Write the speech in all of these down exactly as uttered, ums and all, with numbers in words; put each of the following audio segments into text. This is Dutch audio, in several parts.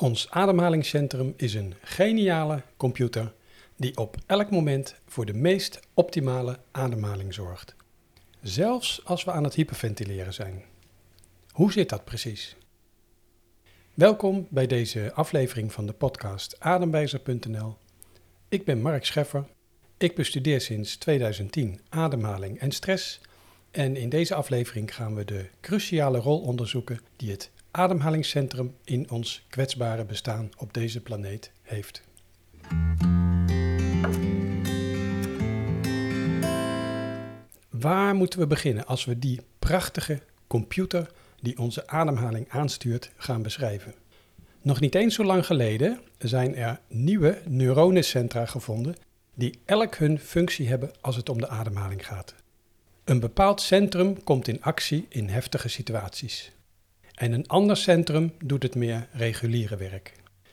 Ons ademhalingscentrum is een geniale computer die op elk moment voor de meest optimale ademhaling zorgt. Zelfs als we aan het hyperventileren zijn. Hoe zit dat precies? Welkom bij deze aflevering van de podcast ademwijzer punt n l. Ik ben Mark Scheffer. Ik bestudeer sinds tweeduizend tien ademhaling en stress. En in deze aflevering gaan we de cruciale rol onderzoeken die het ademhalingscentrum in ons kwetsbare bestaan op deze planeet heeft. Waar moeten we beginnen als we die prachtige computer die onze ademhaling aanstuurt gaan beschrijven? Nog niet eens zo lang geleden zijn er nieuwe neuronencentra gevonden die elk hun functie hebben als het om de ademhaling gaat. Een bepaald centrum komt in actie in heftige situaties. En een ander centrum doet het meer reguliere werk.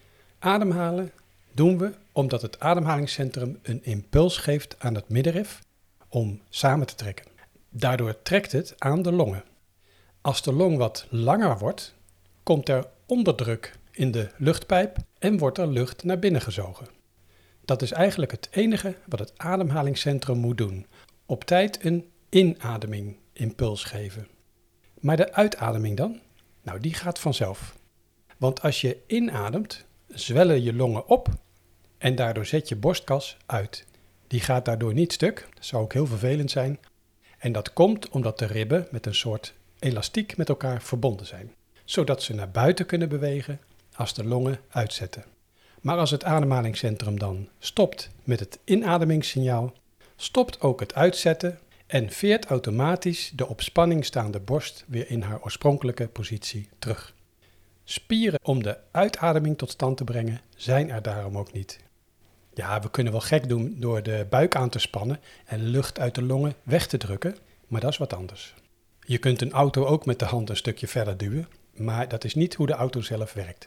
Ademhalen doen we omdat het ademhalingscentrum een impuls geeft aan het middenrif om samen te trekken. Daardoor trekt het aan de longen. Als de long wat langer wordt, komt er onderdruk in de luchtpijp en wordt er lucht naar binnen gezogen. Dat is eigenlijk het enige wat het ademhalingscentrum moet doen. Op tijd een inademing impuls geven. Maar de uitademing dan? Nou, die gaat vanzelf. Want als je inademt, zwellen je longen op en daardoor zet je borstkas uit. Die gaat daardoor niet stuk, dat zou ook heel vervelend zijn. En dat komt omdat de ribben met een soort elastiek met elkaar verbonden zijn. Zodat ze naar buiten kunnen bewegen als de longen uitzetten. Maar als het ademhalingscentrum dan stopt met het inademingssignaal, stopt ook het uitzetten en veert automatisch de op spanning staande borst weer in haar oorspronkelijke positie terug. Spieren om de uitademing tot stand te brengen zijn er daarom ook niet. Ja, we kunnen wel gek doen door de buik aan te spannen en lucht uit de longen weg te drukken, maar dat is wat anders. Je kunt een auto ook met de hand een stukje verder duwen, maar dat is niet hoe de auto zelf werkt.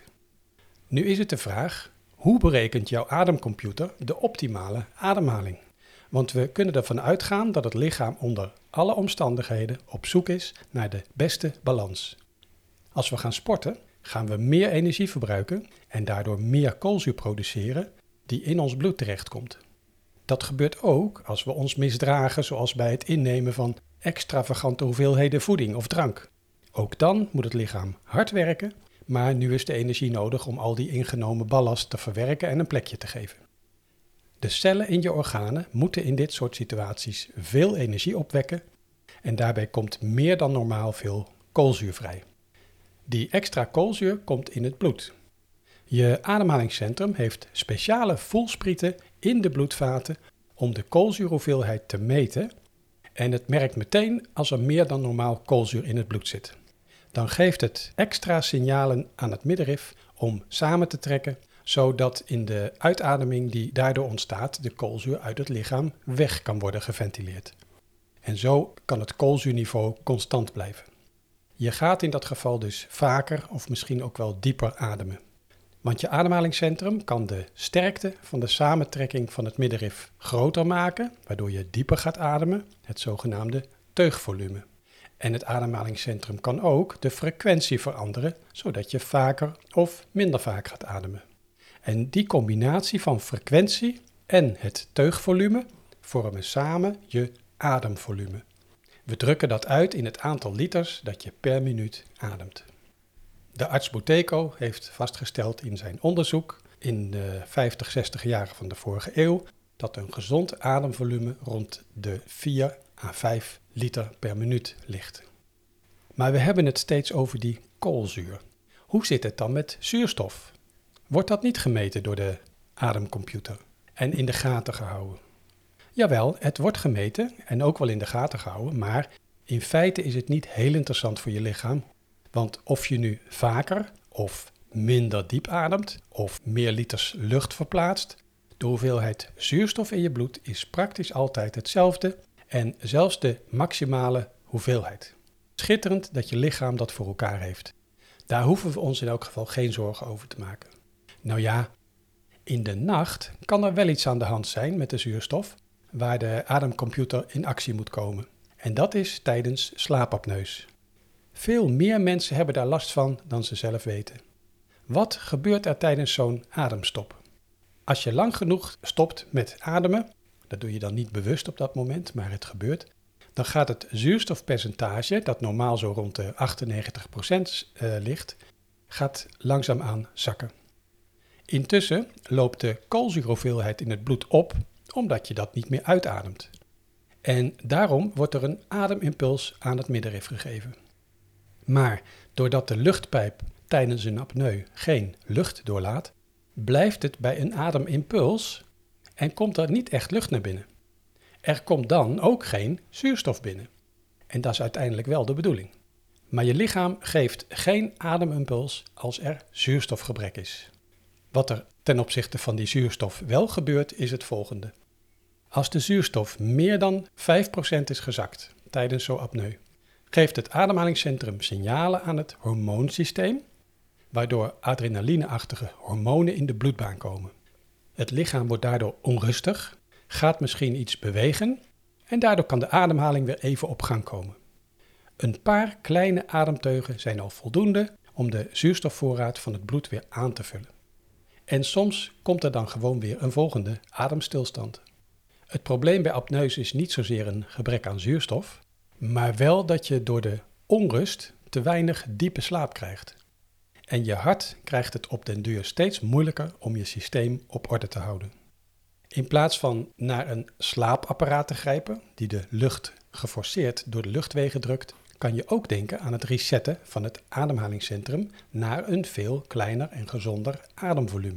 Nu is het de vraag, hoe berekent jouw ademcomputer de optimale ademhaling? Want we kunnen ervan uitgaan dat het lichaam onder alle omstandigheden op zoek is naar de beste balans. Als we gaan sporten, gaan we meer energie verbruiken en daardoor meer koolzuur produceren die in ons bloed terechtkomt. Dat gebeurt ook als we ons misdragen, zoals bij het innemen van extravagante hoeveelheden voeding of drank. Ook dan moet het lichaam hard werken, maar nu is de energie nodig om al die ingenomen ballast te verwerken en een plekje te geven. De cellen in je organen moeten in dit soort situaties veel energie opwekken en daarbij komt meer dan normaal veel koolzuur vrij. Die extra koolzuur komt in het bloed. Je ademhalingscentrum heeft speciale voelsprieten in de bloedvaten om de koolzuurhoeveelheid te meten en het merkt meteen als er meer dan normaal koolzuur in het bloed zit. Dan geeft het extra signalen aan het middenrif om samen te trekken, zodat in de uitademing die daardoor ontstaat de koolzuur uit het lichaam weg kan worden geventileerd. En zo kan het koolzuurniveau constant blijven. Je gaat in dat geval dus vaker of misschien ook wel dieper ademen. Want je ademhalingscentrum kan de sterkte van de samentrekking van het middenrif groter maken, waardoor je dieper gaat ademen, het zogenaamde teugvolume. En het ademhalingscentrum kan ook de frequentie veranderen, zodat je vaker of minder vaak gaat ademen. En die combinatie van frequentie en het teugvolume vormen samen je ademvolume. We drukken dat uit in het aantal liters dat je per minuut ademt. De arts Buteyko heeft vastgesteld in zijn onderzoek in de vijftig, zestig jaren van de vorige eeuw dat een gezond ademvolume rond de vier à vijf liter per minuut ligt. Maar we hebben het steeds over die koolzuur. Hoe zit het dan met zuurstof? Wordt dat niet gemeten door de ademcomputer en in de gaten gehouden? Jawel, het wordt gemeten en ook wel in de gaten gehouden, maar in feite is het niet heel interessant voor je lichaam. Want of je nu vaker of minder diep ademt of meer liters lucht verplaatst, de hoeveelheid zuurstof in je bloed is praktisch altijd hetzelfde en zelfs de maximale hoeveelheid. Schitterend dat je lichaam dat voor elkaar heeft. Daar hoeven we ons in elk geval geen zorgen over te maken. Nou ja, in de nacht kan er wel iets aan de hand zijn met de zuurstof, waar de ademcomputer in actie moet komen. En dat is tijdens slaapapneus. Veel meer mensen hebben daar last van dan ze zelf weten. Wat gebeurt er tijdens zo'n ademstop? Als je lang genoeg stopt met ademen, dat doe je dan niet bewust op dat moment, maar het gebeurt, dan gaat het zuurstofpercentage, dat normaal zo rond de achtennegentig procent uh, ligt, gaat langzaamaan zakken. Intussen loopt de koolzuurhoeveelheid in het bloed op, omdat je dat niet meer uitademt. En daarom wordt er een ademimpuls aan het middenrif gegeven. Maar doordat de luchtpijp tijdens een apneu geen lucht doorlaat, blijft het bij een ademimpuls en komt er niet echt lucht naar binnen. Er komt dan ook geen zuurstof binnen. En dat is uiteindelijk wel de bedoeling. Maar je lichaam geeft geen ademimpuls als er zuurstofgebrek is. Wat er ten opzichte van die zuurstof wel gebeurt, is het volgende. Als de zuurstof meer dan vijf procent is gezakt tijdens zo'n apneu, geeft het ademhalingscentrum signalen aan het hormoonsysteem, waardoor adrenalineachtige hormonen in de bloedbaan komen. Het lichaam wordt daardoor onrustig, gaat misschien iets bewegen en daardoor kan de ademhaling weer even op gang komen. Een paar kleine ademteugen zijn al voldoende om de zuurstofvoorraad van het bloed weer aan te vullen. En soms komt er dan gewoon weer een volgende ademstilstand. Het probleem bij apneus is niet zozeer een gebrek aan zuurstof, maar wel dat je door de onrust te weinig diepe slaap krijgt. En je hart krijgt het op den duur steeds moeilijker om je systeem op orde te houden. In plaats van naar een slaapapparaat te grijpen, die de lucht geforceerd door de luchtwegen drukt, kan je ook denken aan het resetten van het ademhalingscentrum naar een veel kleiner en gezonder ademvolume.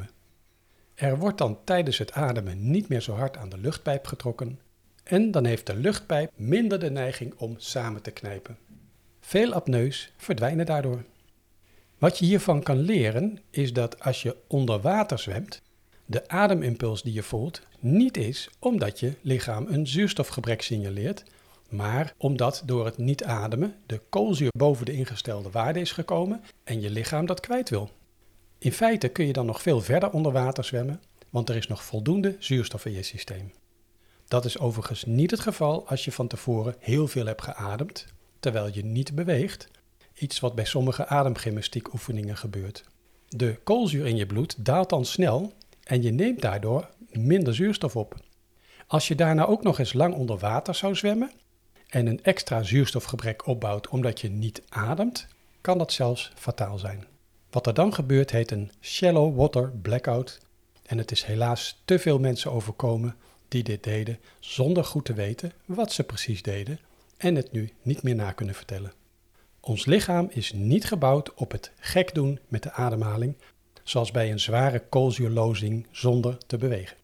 Er wordt dan tijdens het ademen niet meer zo hard aan de luchtpijp getrokken en dan heeft de luchtpijp minder de neiging om samen te knijpen. Veel apneus verdwijnen daardoor. Wat je hiervan kan leren is dat als je onder water zwemt, de ademimpuls die je voelt niet is omdat je lichaam een zuurstofgebrek signaleert, maar omdat door het niet ademen de koolzuur boven de ingestelde waarde is gekomen en je lichaam dat kwijt wil. In feite kun je dan nog veel verder onder water zwemmen, want er is nog voldoende zuurstof in je systeem. Dat is overigens niet het geval als je van tevoren heel veel hebt geademd, terwijl je niet beweegt, iets wat bij sommige ademgymnastiekoefeningen gebeurt. De koolzuur in je bloed daalt dan snel en je neemt daardoor minder zuurstof op. Als je daarna ook nog eens lang onder water zou zwemmen en een extra zuurstofgebrek opbouwt omdat je niet ademt, kan dat zelfs fataal zijn. Wat er dan gebeurt heet een shallow water blackout en het is helaas te veel mensen overkomen die dit deden zonder goed te weten wat ze precies deden en het nu niet meer na kunnen vertellen. Ons lichaam is niet gebouwd op het gek doen met de ademhaling, zoals bij een zware koolzuurlozing zonder te bewegen.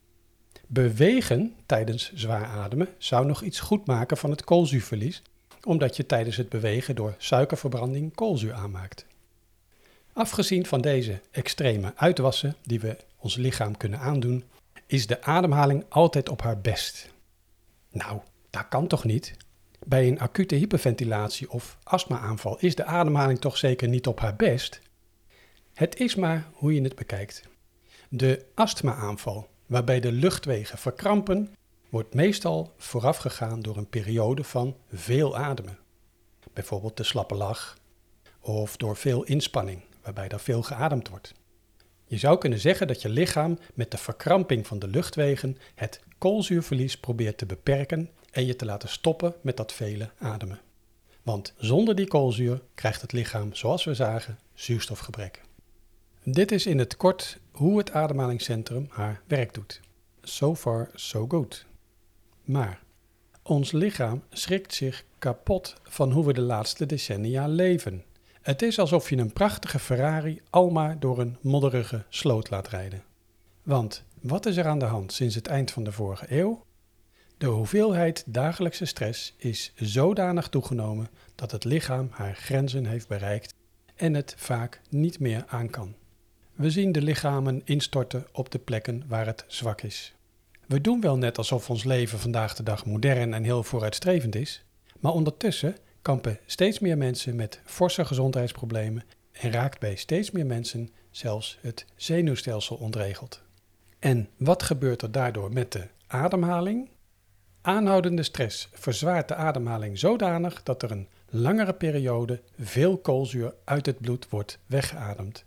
Bewegen tijdens zwaar ademen zou nog iets goed maken van het koolzuurverlies, omdat je tijdens het bewegen door suikerverbranding koolzuur aanmaakt. Afgezien van deze extreme uitwassen die we ons lichaam kunnen aandoen, is de ademhaling altijd op haar best. Nou, dat kan toch niet? Bij een acute hyperventilatie of astma-aanval is de ademhaling toch zeker niet op haar best? Het is maar hoe je het bekijkt. De astma-aanval, waarbij de luchtwegen verkrampen, wordt meestal voorafgegaan door een periode van veel ademen. Bijvoorbeeld de slappe lach of door veel inspanning, waarbij er veel geademd wordt. Je zou kunnen zeggen dat je lichaam met de verkramping van de luchtwegen het koolzuurverlies probeert te beperken en je te laten stoppen met dat vele ademen. Want zonder die koolzuur krijgt het lichaam, zoals we zagen, zuurstofgebrek. Dit is in het kort hoe het ademhalingscentrum haar werk doet. So far, so good. Maar ons lichaam schrikt zich kapot van hoe we de laatste decennia leven. Het is alsof je een prachtige Ferrari almaar door een modderige sloot laat rijden. Want wat is er aan de hand sinds het eind van de vorige eeuw? De hoeveelheid dagelijkse stress is zodanig toegenomen dat het lichaam haar grenzen heeft bereikt en het vaak niet meer aan kan. We zien de lichamen instorten op de plekken waar het zwak is. We doen wel net alsof ons leven vandaag de dag modern en heel vooruitstrevend is, maar ondertussen kampen steeds meer mensen met forse gezondheidsproblemen en raakt bij steeds meer mensen zelfs het zenuwstelsel ontregeld. En wat gebeurt er daardoor met de ademhaling? Aanhoudende stress verzwaart de ademhaling zodanig dat er een langere periode veel koolzuur uit het bloed wordt weggeademd.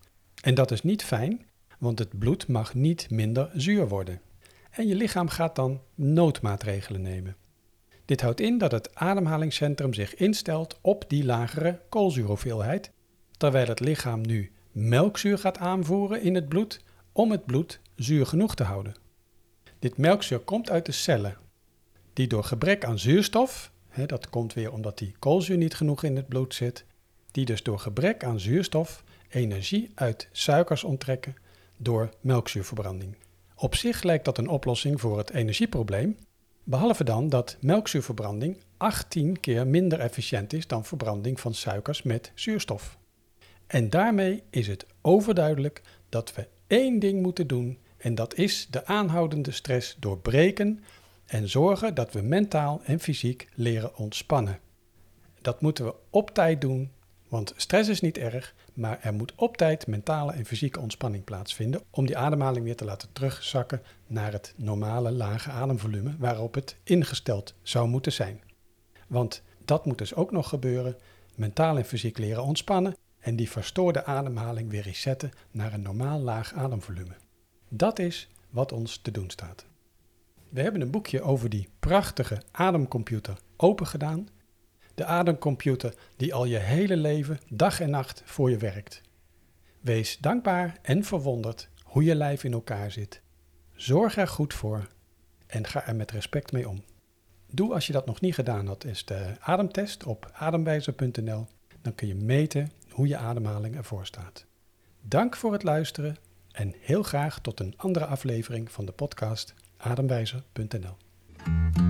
En dat is niet fijn, want het bloed mag niet minder zuur worden. En je lichaam gaat dan noodmaatregelen nemen. Dit houdt in dat het ademhalingscentrum zich instelt op die lagere koolzuurhoeveelheid, terwijl het lichaam nu melkzuur gaat aanvoeren in het bloed om het bloed zuur genoeg te houden. Dit melkzuur komt uit de cellen, die door gebrek aan zuurstof, hè, dat komt weer omdat die koolzuur niet genoeg in het bloed zit, die dus door gebrek aan zuurstof energie uit suikers onttrekken door melkzuurverbranding. Op zich lijkt dat een oplossing voor het energieprobleem, behalve dan dat melkzuurverbranding achttien keer minder efficiënt is dan verbranding van suikers met zuurstof. En daarmee is het overduidelijk dat we één ding moeten doen en dat is de aanhoudende stress doorbreken en zorgen dat we mentaal en fysiek leren ontspannen. Dat moeten we op tijd doen, want stress is niet erg, maar er moet op tijd mentale en fysieke ontspanning plaatsvinden om die ademhaling weer te laten terugzakken naar het normale lage ademvolume waarop het ingesteld zou moeten zijn. Want dat moet dus ook nog gebeuren, mentaal en fysiek leren ontspannen en die verstoorde ademhaling weer resetten naar een normaal laag ademvolume. Dat is wat ons te doen staat. We hebben een boekje over die prachtige ademcomputer opengedaan. De ademcomputer die al je hele leven, dag en nacht voor je werkt. Wees dankbaar en verwonderd hoe je lijf in elkaar zit. Zorg er goed voor en ga er met respect mee om. Doe als je dat nog niet gedaan had, is de ademtest op ademwijzer punt n l. Dan kun je meten hoe je ademhaling ervoor staat. Dank voor het luisteren en heel graag tot een andere aflevering van de podcast ademwijzer punt n l.